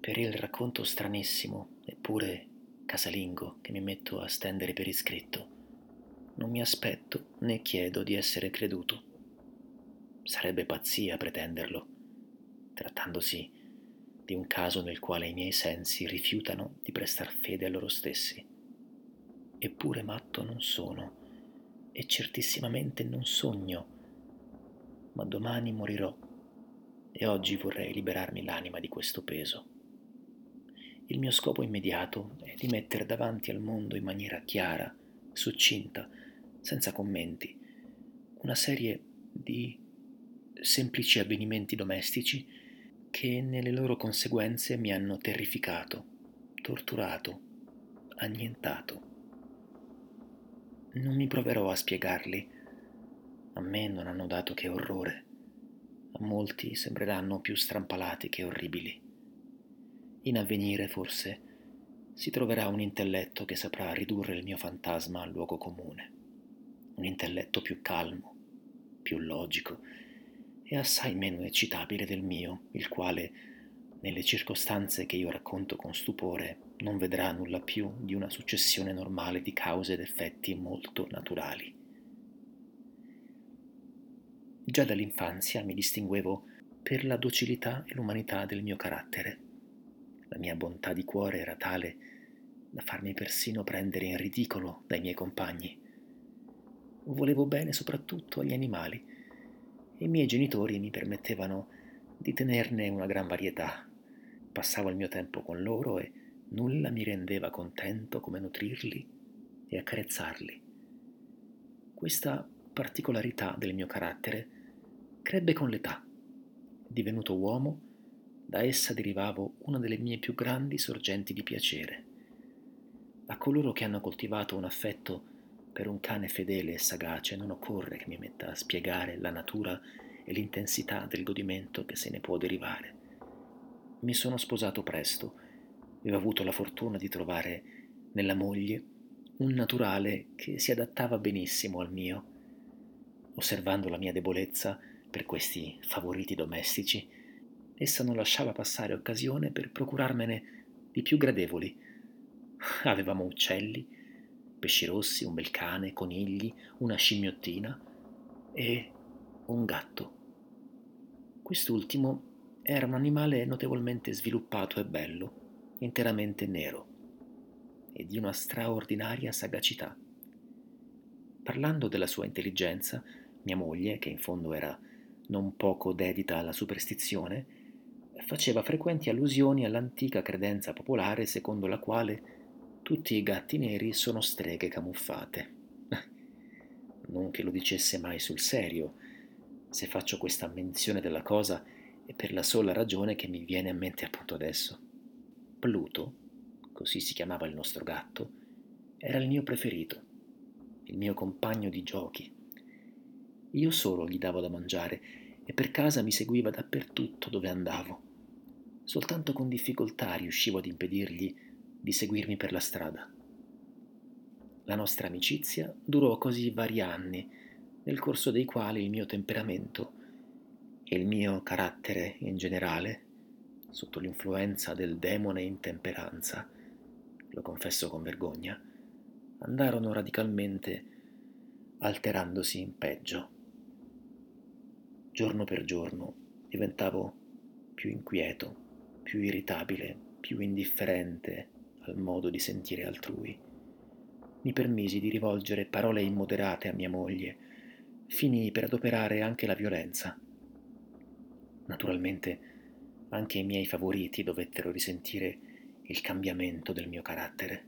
per il racconto stranissimo, eppure casalingo, che mi metto a stendere per iscritto. Non mi aspetto né chiedo di essere creduto. Sarebbe pazzia pretenderlo, trattandosi di un caso nel quale i miei sensi rifiutano di prestar fede a loro stessi. Eppure matto non sono, e certissimamente non sogno, ma domani morirò, e oggi vorrei liberarmi l'anima di questo peso. Il mio scopo immediato è di mettere davanti al mondo in maniera chiara, succinta, senza commenti, una serie di semplici avvenimenti domestici che nelle loro conseguenze mi hanno terrificato, torturato, annientato. Non mi proverò a spiegarli. A me non hanno dato che orrore. A molti sembreranno più strampalati che orribili. In avvenire, forse, si troverà un intelletto che saprà ridurre il mio fantasma al luogo comune. Un intelletto più calmo, più logico e assai meno eccitabile del mio, il quale, nelle circostanze che io racconto con stupore, non vedrà nulla più di una successione normale di cause ed effetti molto naturali. Già dall'infanzia mi distinguevo per la docilità e l'umanità del mio carattere. La mia bontà di cuore era tale da farmi persino prendere in ridicolo dai miei compagni. Volevo bene soprattutto agli animali e i miei genitori mi permettevano di tenerne una gran varietà. Passavo il mio tempo con loro e nulla mi rendeva contento come nutrirli e accarezzarli. Questa particolarità del mio carattere crebbe con l'età. Divenuto uomo, da essa derivavo una delle mie più grandi sorgenti di piacere. A coloro che hanno coltivato un affetto per un cane fedele e sagace non occorre che mi metta a spiegare la natura e l'intensità del godimento che se ne può derivare. Mi sono sposato presto e ho avuto la fortuna di trovare nella moglie un naturale che si adattava benissimo al mio. Osservando la mia debolezza per questi favoriti domestici, essa non lasciava passare occasione per procurarmene di più gradevoli. Avevamo uccelli, pesci rossi, un bel cane, conigli, una scimmiottina e un gatto. Quest'ultimo era un animale notevolmente sviluppato e bello, interamente nero e di una straordinaria sagacità. Parlando della sua intelligenza, mia moglie, che in fondo era non poco dedita alla superstizione, faceva frequenti allusioni all'antica credenza popolare secondo la quale tutti i gatti neri sono streghe camuffate. Non che lo dicesse mai sul serio. Se faccio questa menzione della cosa è per la sola ragione che mi viene a mente appunto adesso. Pluto, così si chiamava il nostro gatto, era il mio preferito, il mio compagno di giochi. Io solo gli davo da mangiare e per casa mi seguiva dappertutto dove andavo. Soltanto con difficoltà riuscivo ad impedirgli di seguirmi per la strada. La nostra amicizia durò così vari anni, nel corso dei quali il mio temperamento e il mio carattere in generale, sotto l'influenza del demone intemperanza, lo confesso con vergogna, andarono radicalmente alterandosi in peggio. Giorno per giorno diventavo più inquieto, più irritabile, più indifferente al modo di sentire altrui. Mi permisi di rivolgere parole immoderate a mia moglie, finii per adoperare anche la violenza. Naturalmente anche i miei favoriti dovettero risentire il cambiamento del mio carattere.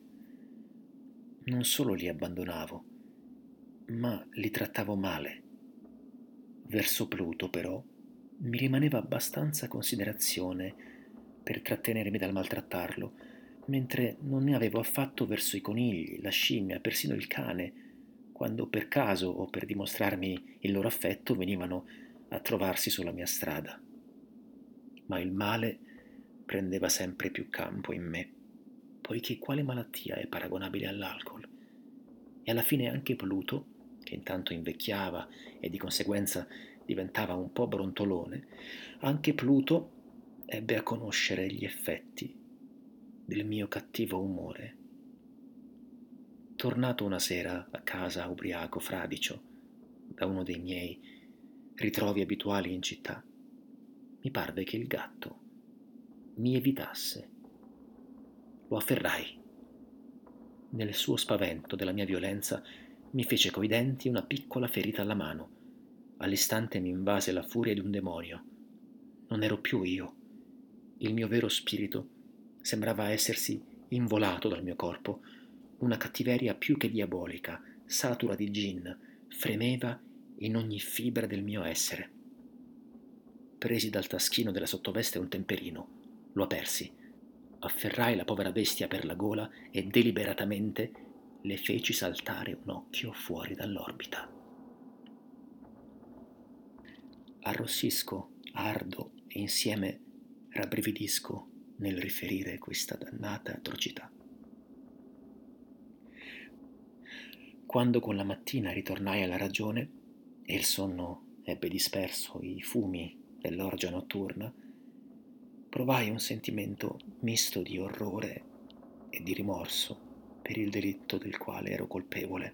Non solo li abbandonavo, ma li trattavo male. Verso Pluto, però, mi rimaneva abbastanza considerazione per trattenermi dal maltrattarlo, mentre non ne avevo affatto verso i conigli, la scimmia, persino il cane, quando per caso o per dimostrarmi il loro affetto venivano a trovarsi sulla mia strada. Ma il male prendeva sempre più campo in me, poiché quale malattia è paragonabile all'alcol? E alla fine anche Pluto, che intanto invecchiava e di conseguenza diventava un po' brontolone, anche Pluto ebbe a conoscere gli effetti del mio cattivo umore. Tornato una sera a casa ubriaco fradicio da uno dei miei ritrovi abituali in città, mi parve che il gatto mi evitasse. Lo afferrai. Nel suo spavento della mia violenza mi fece coi denti una piccola ferita alla mano. All'istante mi invase la furia di un demonio. Non ero più io. Il mio vero spirito sembrava essersi involato dal mio corpo. Una cattiveria più che diabolica, satura di gin, fremeva in ogni fibra del mio essere. Presi dal taschino della sottoveste un temperino, lo apersi, afferrai la povera bestia per la gola e deliberatamente le feci saltare un occhio fuori dall'orbita. Arrossisco, ardo e insieme rabbrividisco nel riferire questa dannata atrocità. Quando con la mattina ritornai alla ragione e il sonno ebbe disperso i fumi dell'orgia notturna, provai un sentimento misto di orrore e di rimorso per il delitto del quale ero colpevole.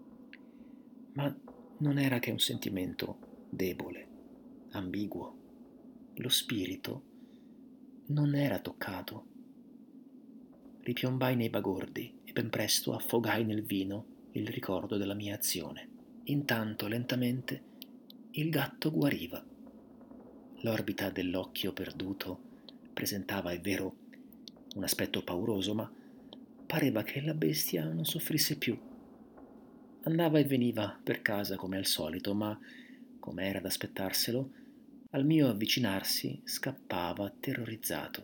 Ma non era che un sentimento debole, ambiguo. Lo spirito non era toccato. Ripiombai nei bagordi e ben presto affogai nel vino il ricordo della mia azione. Intanto, lentamente, il gatto guariva. L'orbita dell'occhio perduto presentava, è vero, un aspetto pauroso, ma pareva che la bestia non soffrisse più. Andava e veniva per casa come al solito, ma, come era da aspettarselo, al mio avvicinarsi scappava terrorizzato.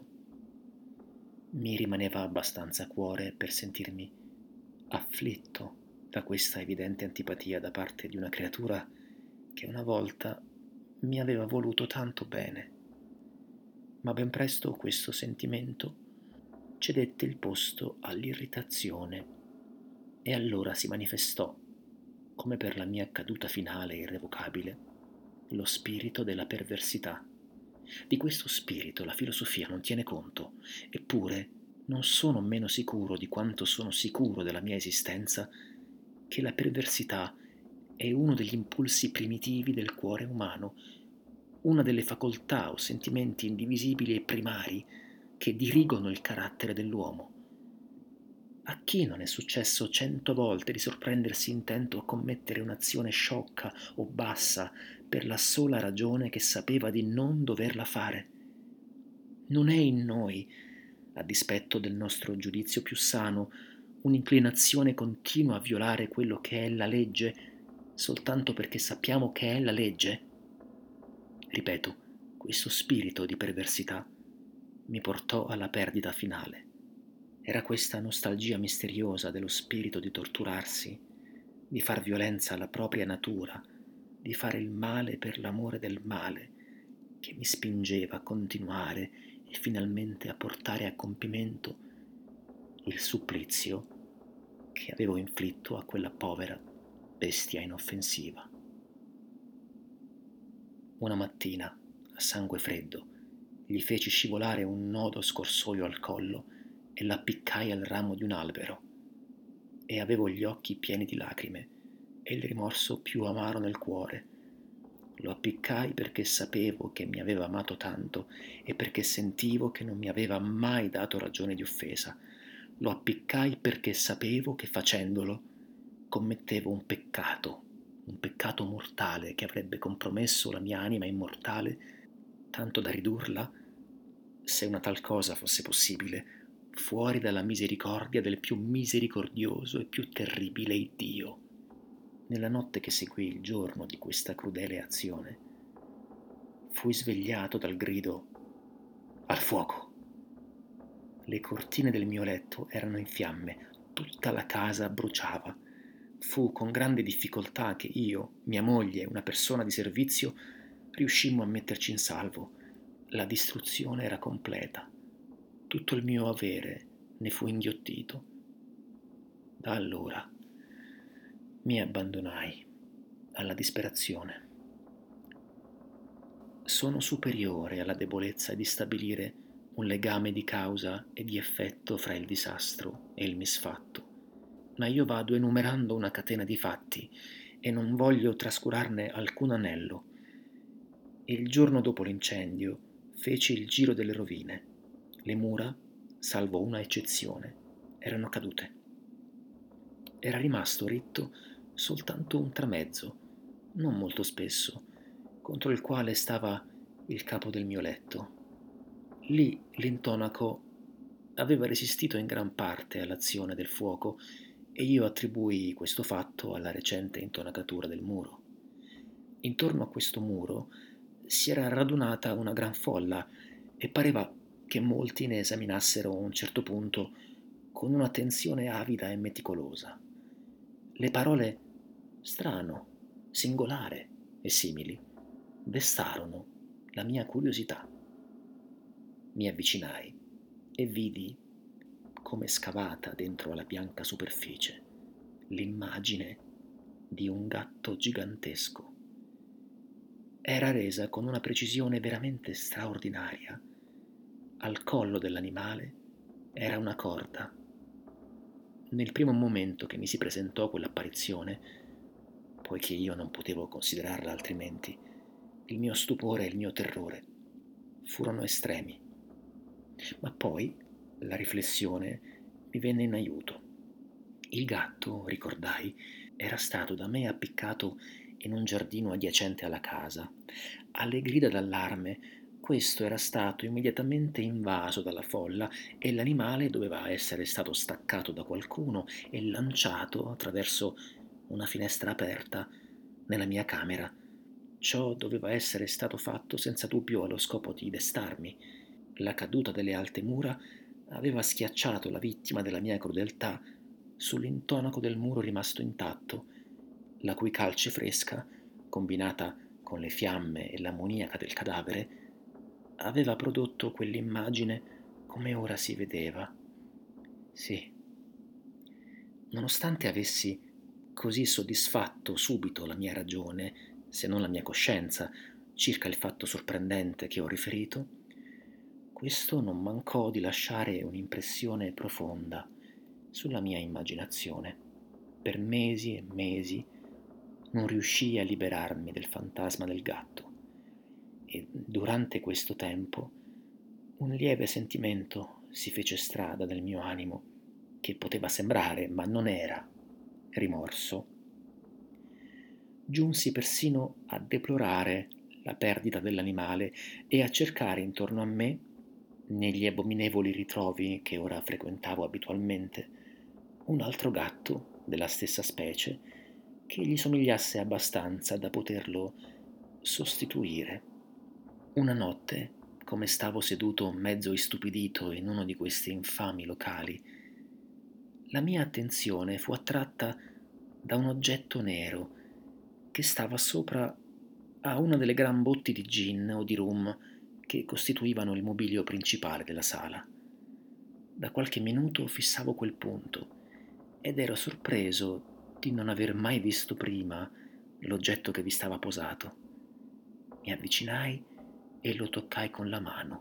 Mi rimaneva abbastanza a cuore per sentirmi afflitto da questa evidente antipatia da parte di una creatura che una volta mi aveva voluto tanto bene. Ma ben presto questo sentimento cedette il posto all'irritazione e allora si manifestò, come per la mia caduta finale e irrevocabile, lo spirito della perversità. Di questo spirito la filosofia non tiene conto, eppure non sono meno sicuro di quanto sono sicuro della mia esistenza che la perversità è uno degli impulsi primitivi del cuore umano, una delle facoltà o sentimenti indivisibili e primari che dirigono il carattere dell'uomo. A chi non è successo 100 volte di sorprendersi intento a commettere un'azione sciocca o bassa per la sola ragione che sapeva di non doverla fare? Non è in noi, a dispetto del nostro giudizio più sano, un'inclinazione continua a violare quello che è la legge soltanto perché sappiamo che è la legge? Ripeto, questo spirito di perversità mi portò alla perdita finale. Era questa nostalgia misteriosa dello spirito di torturarsi, di far violenza alla propria natura, di fare il male per l'amore del male, che mi spingeva a continuare e finalmente a portare a compimento il supplizio che avevo inflitto a quella povera bestia inoffensiva. Una mattina, a sangue freddo, gli feci scivolare un nodo scorsoio al collo e l'appiccai al ramo di un albero. E avevo gli occhi pieni di lacrime e il rimorso più amaro nel cuore. Lo appiccai perché sapevo che mi aveva amato tanto e perché sentivo che non mi aveva mai dato ragione di offesa. Lo appiccai perché sapevo che facendolo commettevo un peccato mortale che avrebbe compromesso la mia anima immortale, tanto da ridurla, se una tal cosa fosse possibile, fuori dalla misericordia del più misericordioso e più terribile Iddio. Nella notte che seguì il giorno di questa crudele azione, fui svegliato dal grido «Al fuoco!». Le cortine del mio letto erano in fiamme, tutta la casa bruciava. Fu con grande difficoltà che io, mia moglie e una persona di servizio riuscimmo a metterci in salvo. La distruzione era completa. Tutto il mio avere ne fu inghiottito. Da allora mi abbandonai alla disperazione. Sono superiore alla debolezza di stabilire un legame di causa e di effetto fra il disastro e il misfatto, ma io vado enumerando una catena di fatti e non voglio trascurarne alcun anello. Il giorno dopo l'incendio feci il giro delle rovine. Le mura, salvo una eccezione, erano cadute. Era rimasto ritto soltanto un tramezzo, non molto spesso, contro il quale stava il capo del mio letto. Lì l'intonaco aveva resistito in gran parte all'azione del fuoco e io attribuii questo fatto alla recente intonacatura del muro. Intorno a questo muro si era radunata una gran folla e pareva che molti ne esaminassero a un certo punto con un'attenzione avida e meticolosa. Le parole strano, singolare e simili destarono la mia curiosità. Mi avvicinai e vidi, come scavata dentro alla bianca superficie, l'immagine di un gatto gigantesco. Era resa con una precisione veramente straordinaria. Al collo dell'animale era una corda. Nel primo momento che mi si presentò quell'apparizione, poiché io non potevo considerarla altrimenti, il mio stupore e il mio terrore furono estremi. Ma poi la riflessione mi venne in aiuto. Il gatto, ricordai, era stato da me appiccato in un giardino adiacente alla casa. Alle grida d'allarme, questo era stato immediatamente invaso dalla folla e l'animale doveva essere stato staccato da qualcuno e lanciato attraverso una finestra aperta nella mia camera. Ciò doveva essere stato fatto senza dubbio allo scopo di destarmi. La caduta delle alte mura aveva schiacciato la vittima della mia crudeltà sull'intonaco del muro rimasto intatto, la cui calce fresca, combinata con le fiamme e l'ammoniaca del cadavere, aveva prodotto quell'immagine come ora si vedeva. Sì, nonostante avessi così soddisfatto subito la mia ragione, se non la mia coscienza, circa il fatto sorprendente che ho riferito, questo non mancò di lasciare un'impressione profonda sulla mia immaginazione. Per mesi e mesi non riuscii a liberarmi del fantasma del gatto e durante questo tempo un lieve sentimento si fece strada nel mio animo che poteva sembrare, ma non era, rimorso. Giunsi persino a deplorare la perdita dell'animale e a cercare intorno a me, negli abominevoli ritrovi che ora frequentavo abitualmente, un altro gatto della stessa specie che gli somigliasse abbastanza da poterlo sostituire. Una notte, come stavo seduto mezzo istupidito in uno di questi infami locali, la mia attenzione fu attratta da un oggetto nero che stava sopra a una delle gran botti di gin o di rum che costituivano il mobilio principale della sala. Da qualche minuto fissavo quel punto ed ero sorpreso di non aver mai visto prima l'oggetto che vi stava posato. Mi avvicinai e lo toccai con la mano.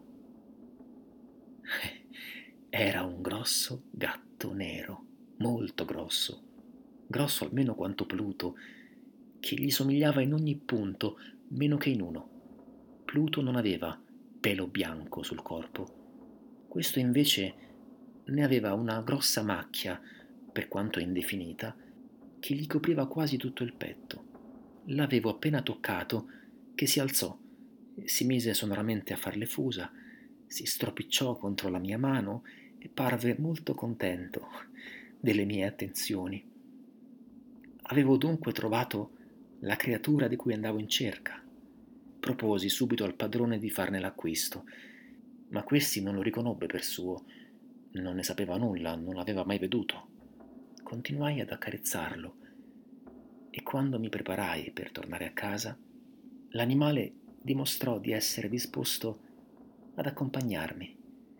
Era un grosso gatto nero, molto grosso, grosso almeno quanto Pluto, che gli somigliava in ogni punto, meno che in uno. Pluto non aveva pelo bianco sul corpo, questo invece ne aveva una grossa macchia, per quanto indefinita, che gli copriva quasi tutto il petto. L'avevo appena toccato che si alzò, si mise sonoramente a far le fusa, si stropicciò contro la mia mano e parve molto contento delle mie attenzioni. Avevo dunque trovato la creatura di cui andavo in cerca. Proposi subito al padrone di farne l'acquisto, ma questi non lo riconobbe per suo, non ne sapeva nulla, non l'aveva mai veduto. Continuai ad accarezzarlo e quando mi preparai per tornare a casa, l'animale dimostrò di essere disposto ad accompagnarmi.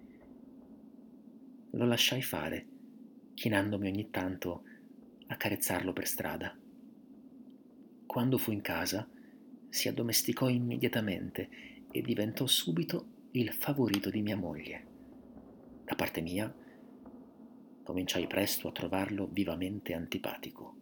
Lo lasciai fare, chinandomi ogni tanto a carezzarlo per strada. Quando fu in casa, si addomesticò immediatamente e diventò subito il favorito di mia moglie. Da parte mia, cominciai presto a trovarlo vivamente antipatico.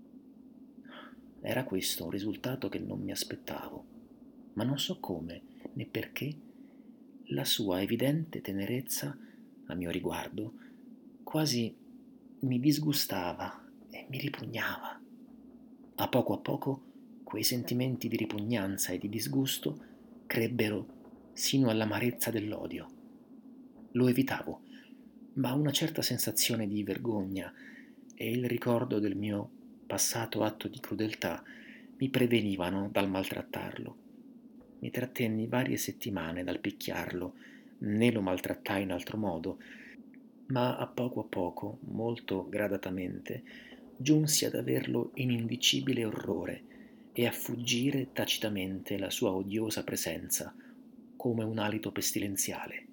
Era questo un risultato che non mi aspettavo, ma non so come né perché la sua evidente tenerezza a mio riguardo quasi mi disgustava e mi ripugnava. A poco quei sentimenti di ripugnanza e di disgusto crebbero sino all'amarezza dell'odio. Lo evitavo, ma una certa sensazione di vergogna e il ricordo del mio passato atto di crudeltà mi prevenivano dal maltrattarlo. Mi trattenni varie settimane dal picchiarlo, né lo maltrattai in altro modo, ma a poco, molto gradatamente, giunsi ad averlo in indicibile orrore e a fuggire tacitamente la sua odiosa presenza, come un alito pestilenziale.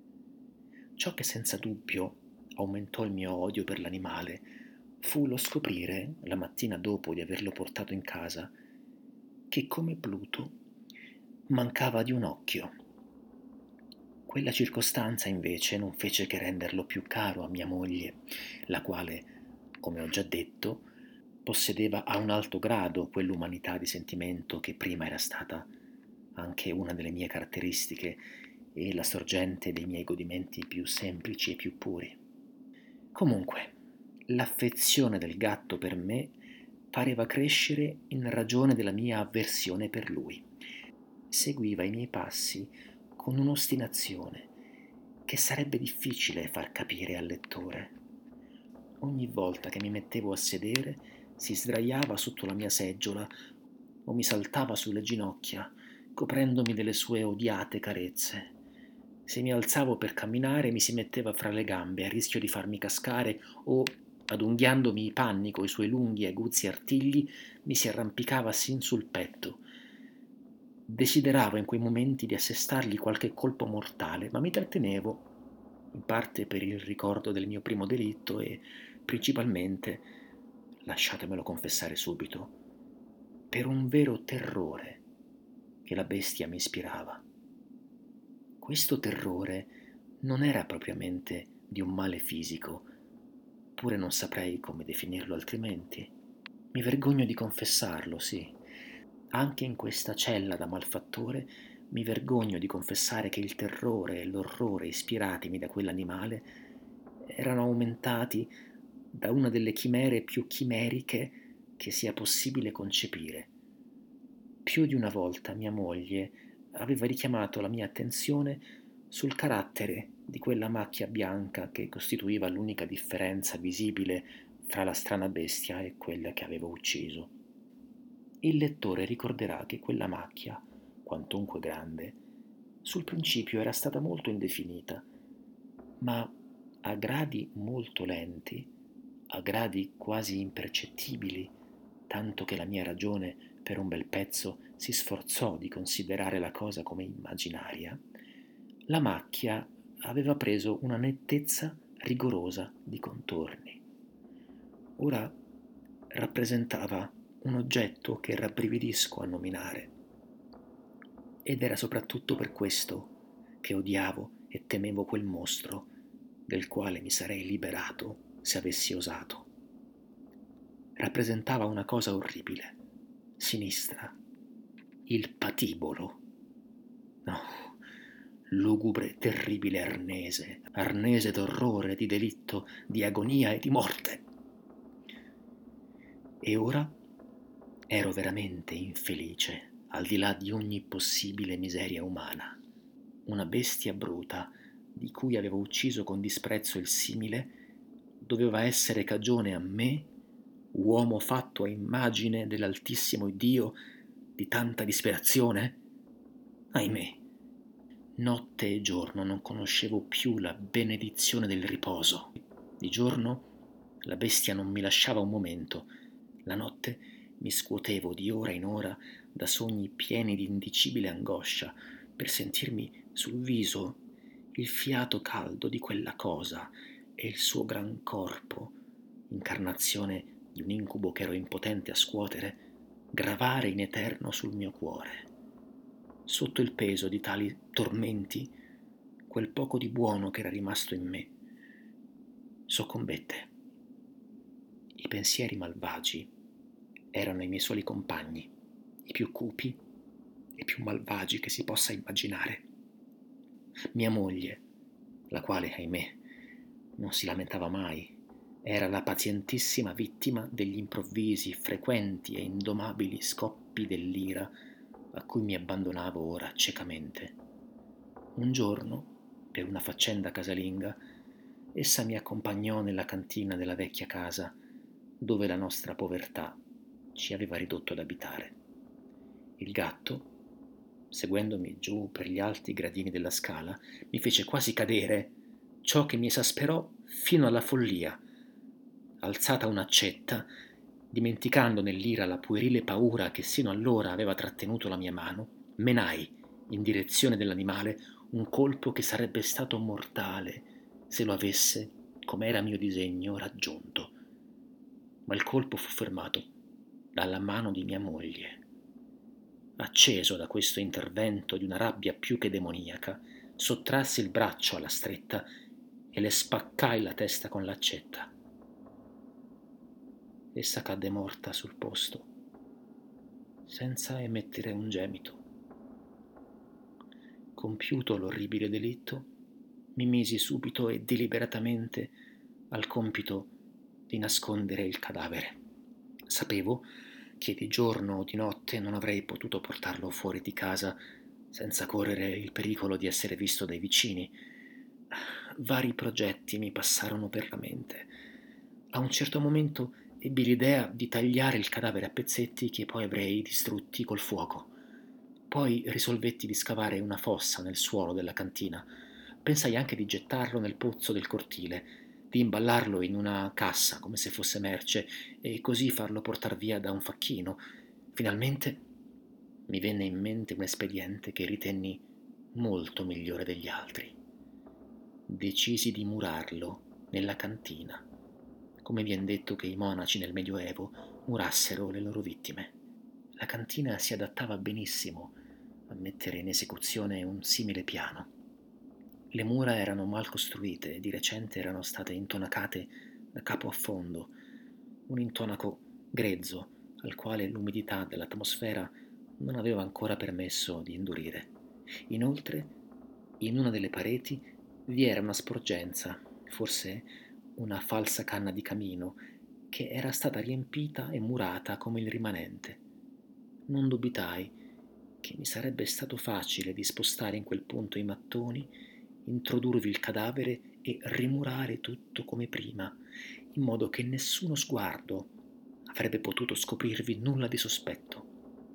Ciò che senza dubbio aumentò il mio odio per l'animale fu lo scoprire, la mattina dopo di averlo portato in casa, che come Pluto mancava di un occhio. Quella circostanza invece non fece che renderlo più caro a mia moglie, la quale, come ho già detto, possedeva a un alto grado quell'umanità di sentimento che prima era stata anche una delle mie caratteristiche e la sorgente dei miei godimenti più semplici e più puri. Comunque, l'affezione del gatto per me pareva crescere in ragione della mia avversione per lui. Seguiva i miei passi con un'ostinazione che sarebbe difficile far capire al lettore. Ogni volta che mi mettevo a sedere si sdraiava sotto la mia seggiola o mi saltava sulle ginocchia, coprendomi delle sue odiate carezze. Se mi alzavo per camminare mi si metteva fra le gambe a rischio di farmi cascare o, adunghiandomi i panni coi suoi lunghi e aguzzi artigli, mi si arrampicava sin sul petto. Desideravo in quei momenti di assestargli qualche colpo mortale, ma mi trattenevo, in parte per il ricordo del mio primo delitto e principalmente, lasciatemelo confessare subito, per un vero terrore che la bestia mi ispirava. Questo terrore non era propriamente di un male fisico, pure non saprei come definirlo altrimenti. Mi vergogno di confessarlo, sì. Anche in questa cella da malfattore mi vergogno di confessare che il terrore e l'orrore ispiratimi da quell'animale erano aumentati da una delle chimere più chimeriche che sia possibile concepire. Più di una volta mia moglie aveva richiamato la mia attenzione sul carattere di quella macchia bianca che costituiva l'unica differenza visibile fra la strana bestia e quella che avevo ucciso. Il lettore ricorderà che quella macchia, quantunque grande, sul principio era stata molto indefinita, ma a gradi molto lenti, a gradi quasi impercettibili, tanto che la mia ragione per un bel pezzo si sforzò di considerare la cosa come immaginaria, la macchia aveva preso una nettezza rigorosa di contorni. Ora rappresentava un oggetto che rabbrividisco a nominare, ed era soprattutto per questo che odiavo e temevo quel mostro del quale mi sarei liberato se avessi osato. Rappresentava una cosa orribile, sinistra, il patibolo. No, lugubre, terribile arnese d'orrore, di delitto, di agonia e di morte. E ora ero veramente infelice, al di là di ogni possibile miseria umana. Una bestia bruta, di cui avevo ucciso con disprezzo il simile, doveva essere cagione a me, uomo fatto a immagine dell'Altissimo Dio, di tanta disperazione? Ahimè, notte e giorno non conoscevo più la benedizione del riposo. Di giorno la bestia non mi lasciava un momento, la notte mi scuotevo di ora in ora da sogni pieni di indicibile angoscia per sentirmi sul viso il fiato caldo di quella cosa e il suo gran corpo, incarnazione di un incubo che ero impotente a scuotere, gravare in eterno sul mio cuore. Sotto il peso di tali tormenti, quel poco di buono che era rimasto in me soccombette. I pensieri malvagi erano i miei soli compagni, i più cupi e più malvagi che si possa immaginare. Mia moglie, la quale, ahimè, non si lamentava mai, era la pazientissima vittima degli improvvisi, frequenti e indomabili scoppi dell'ira a cui mi abbandonavo ora ciecamente. Un giorno, per una faccenda casalinga, essa mi accompagnò nella cantina della vecchia casa dove la nostra povertà ci aveva ridotto ad abitare. Il gatto, seguendomi giù per gli alti gradini della scala, mi fece quasi cadere, ciò che mi esasperò fino alla follia. Alzata un'accetta, dimenticando nell'ira la puerile paura che sino allora aveva trattenuto la mia mano, menai in direzione dell'animale un colpo che sarebbe stato mortale se lo avesse, come era mio disegno, raggiunto. Ma il colpo fu fermato dalla mano di mia moglie. Acceso da questo intervento di una rabbia più che demoniaca, sottrassi il braccio alla stretta e le spaccai la testa con l'accetta. Essa cadde morta sul posto, senza emettere un gemito. Compiuto l'orribile delitto, mi misi subito e deliberatamente al compito di nascondere il cadavere. Sapevo che di giorno o di notte non avrei potuto portarlo fuori di casa senza correre il pericolo di essere visto dai vicini. Vari progetti mi passarono per la mente. A un certo momento ebbi l'idea di tagliare il cadavere a pezzetti che poi avrei distrutti col fuoco. Poi risolvetti di scavare una fossa nel suolo della cantina. Pensai anche di gettarlo nel pozzo del cortile, di imballarlo in una cassa come se fosse merce e così farlo portar via da un facchino. Finalmente mi venne in mente un espediente che ritenni molto migliore degli altri. Decisi di murarlo nella cantina, come vien detto che i monaci nel Medioevo murassero le loro vittime. La cantina si adattava benissimo a mettere in esecuzione un simile piano. Le mura erano mal costruite e di recente erano state intonacate da capo a fondo, un intonaco grezzo al quale l'umidità dell'atmosfera non aveva ancora permesso di indurire. Inoltre, in una delle pareti vi era una sporgenza, forse una falsa canna di camino, che era stata riempita e murata come il rimanente. Non dubitai che mi sarebbe stato facile di spostare in quel punto i mattoni, introdurvi il cadavere e rimurare tutto come prima, in modo che nessuno sguardo avrebbe potuto scoprirvi nulla di sospetto.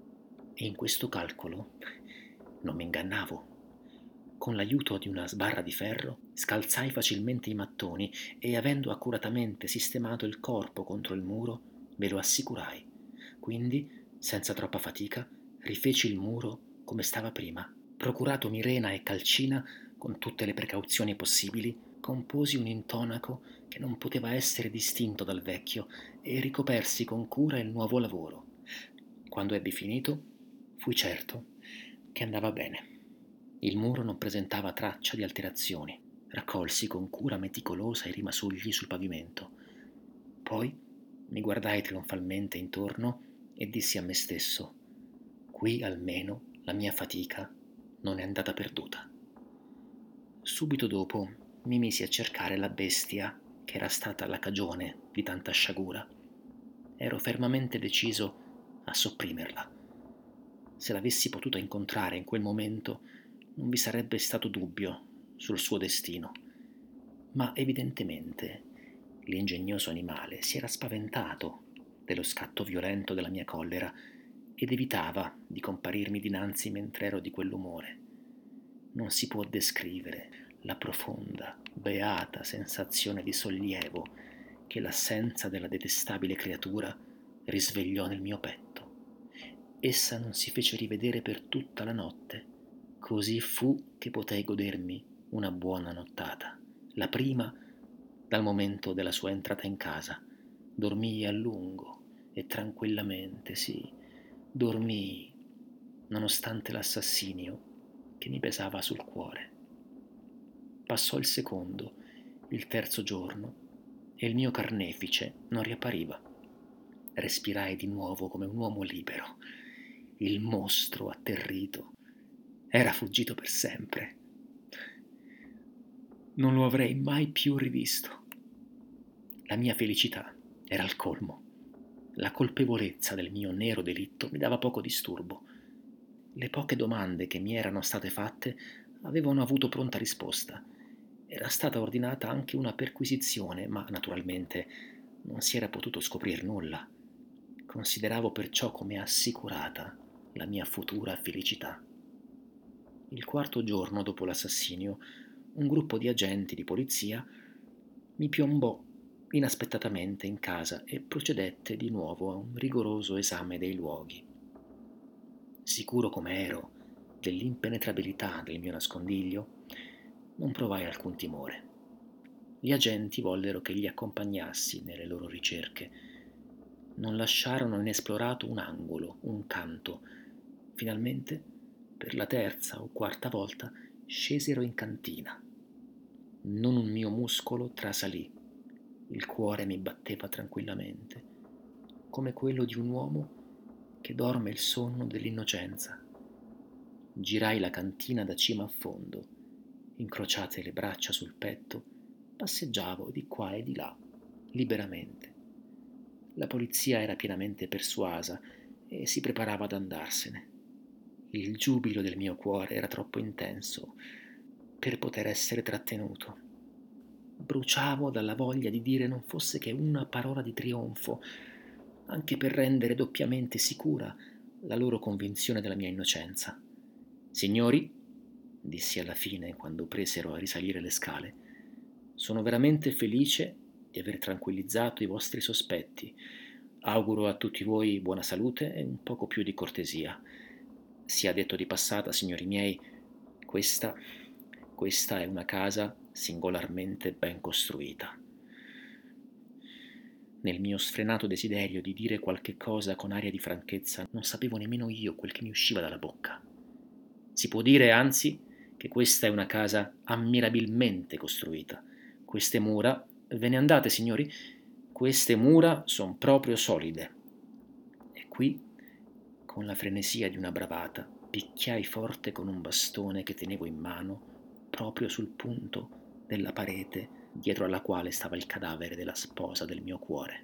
E in questo calcolo non mi ingannavo. Con l'aiuto di una sbarra di ferro scalzai facilmente i mattoni e, avendo accuratamente sistemato il corpo contro il muro, ve lo assicurai. Quindi, senza troppa fatica, rifeci il muro come stava prima. Procuratomi rena e calcina con tutte le precauzioni possibili, composi un intonaco che non poteva essere distinto dal vecchio e ricopersi con cura il nuovo lavoro. Quando ebbi finito, fui certo che andava bene. Il muro non presentava traccia di alterazioni. Raccolsi con cura meticolosa i rimasugli sul pavimento. Poi mi guardai trionfalmente intorno e dissi a me stesso: qui almeno la mia fatica non è andata perduta. Subito dopo mi misi a cercare la bestia che era stata la cagione di tanta sciagura. Ero fermamente deciso a sopprimerla. Se l'avessi potuta incontrare in quel momento, non vi sarebbe stato dubbio sul suo destino. Ma evidentemente l'ingegnoso animale si era spaventato dello scatto violento della mia collera ed evitava di comparirmi dinanzi mentre ero di quell'umore. Non si può descrivere la profonda, beata sensazione di sollievo che l'assenza della detestabile creatura risvegliò nel mio petto. Essa non si fece rivedere per tutta la notte. Così fu che potei godermi una buona nottata, la prima dal momento della sua entrata in casa. Dormii a lungo e tranquillamente, sì, dormii nonostante l'assassinio che mi pesava sul cuore. Passò il secondo, il terzo giorno, e il mio carnefice non riappariva. Respirai di nuovo come un uomo libero. Il mostro, atterrito, era fuggito per sempre. Non lo avrei mai più rivisto. La mia felicità era al colmo. La colpevolezza del mio nero delitto mi dava poco disturbo. Le poche domande che mi erano state fatte avevano avuto pronta risposta. Era stata ordinata anche una perquisizione, ma naturalmente non si era potuto scoprir nulla. Consideravo perciò come assicurata la mia futura felicità. Il quarto giorno dopo l'assassinio, un gruppo di agenti di polizia mi piombò inaspettatamente in casa e procedette di nuovo a un rigoroso esame dei luoghi. Sicuro come ero dell'impenetrabilità del mio nascondiglio, non provai alcun timore. Gli agenti vollero che li accompagnassi nelle loro ricerche. Non lasciarono inesplorato un angolo, un canto. Finalmente, per la terza o quarta volta, scesero in cantina. Non un mio muscolo trasalì. Il cuore mi batteva tranquillamente, come quello di un uomo che dorme il sonno dell'innocenza. Girai la cantina da cima a fondo, incrociate le braccia sul petto, passeggiavo di qua e di là, liberamente. La polizia era pienamente persuasa e si preparava ad andarsene. Il giubilo del mio cuore era troppo intenso per poter essere trattenuto. Bruciavo dalla voglia di dire non fosse che una parola di trionfo, anche per rendere doppiamente sicura la loro convinzione della mia innocenza. Signori, dissi alla fine quando presero a risalire le scale, sono veramente felice di aver tranquillizzato i vostri sospetti. Auguro a tutti voi buona salute e un poco più di cortesia. Sia detto di passata, signori miei, questa, questa è una casa singolarmente ben costruita. Nel mio sfrenato desiderio di dire qualche cosa con aria di franchezza, non sapevo nemmeno io quel che mi usciva dalla bocca. Si può dire, anzi, che questa è una casa ammirabilmente costruita. Queste mura, ve ne andate, signori? Queste mura sono proprio solide. E qui, con la frenesia di una bravata, picchiai forte con un bastone che tenevo in mano proprio sul punto della parete dietro alla quale stava il cadavere della sposa del mio cuore.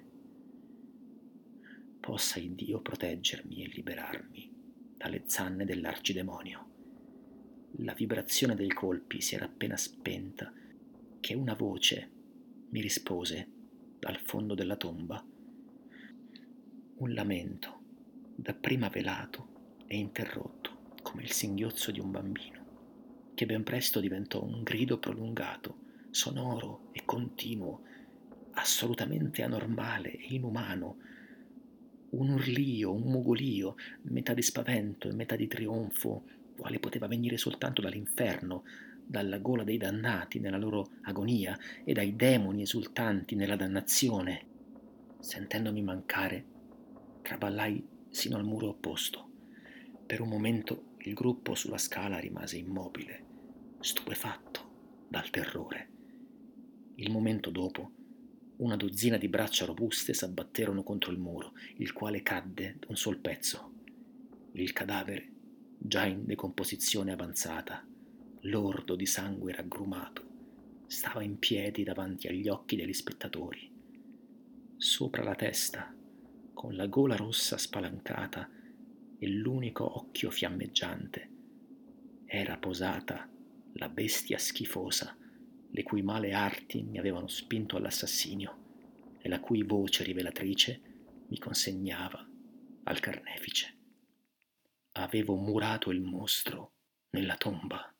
Possa il Dio proteggermi e liberarmi dalle zanne dell'arcidemonio. La vibrazione dei colpi si era appena spenta che una voce mi rispose dal fondo della tomba. Un lamento, dapprima velato e interrotto come il singhiozzo di un bambino, che ben presto diventò un grido prolungato, sonoro e continuo, assolutamente anormale e inumano, un urlio, un mugolio, metà di spavento e metà di trionfo, quale poteva venire soltanto dall'inferno, dalla gola dei dannati nella loro agonia e dai demoni esultanti nella dannazione. Sentendomi mancare, traballai sino al muro opposto. Per un momento il gruppo sulla scala rimase immobile, stupefatto dal terrore. Il momento dopo, una dozzina di braccia robuste s'abbatterono contro il muro, il quale cadde d'un sol pezzo. Il cadavere, già in decomposizione avanzata, lordo di sangue raggrumato, stava in piedi davanti agli occhi degli spettatori. Sopra la testa, con la gola rossa spalancata e l'unico occhio fiammeggiante, era posata la bestia schifosa le cui male arti mi avevano spinto all'assassinio e la cui voce rivelatrice mi consegnava al carnefice. Avevo murato il mostro nella tomba.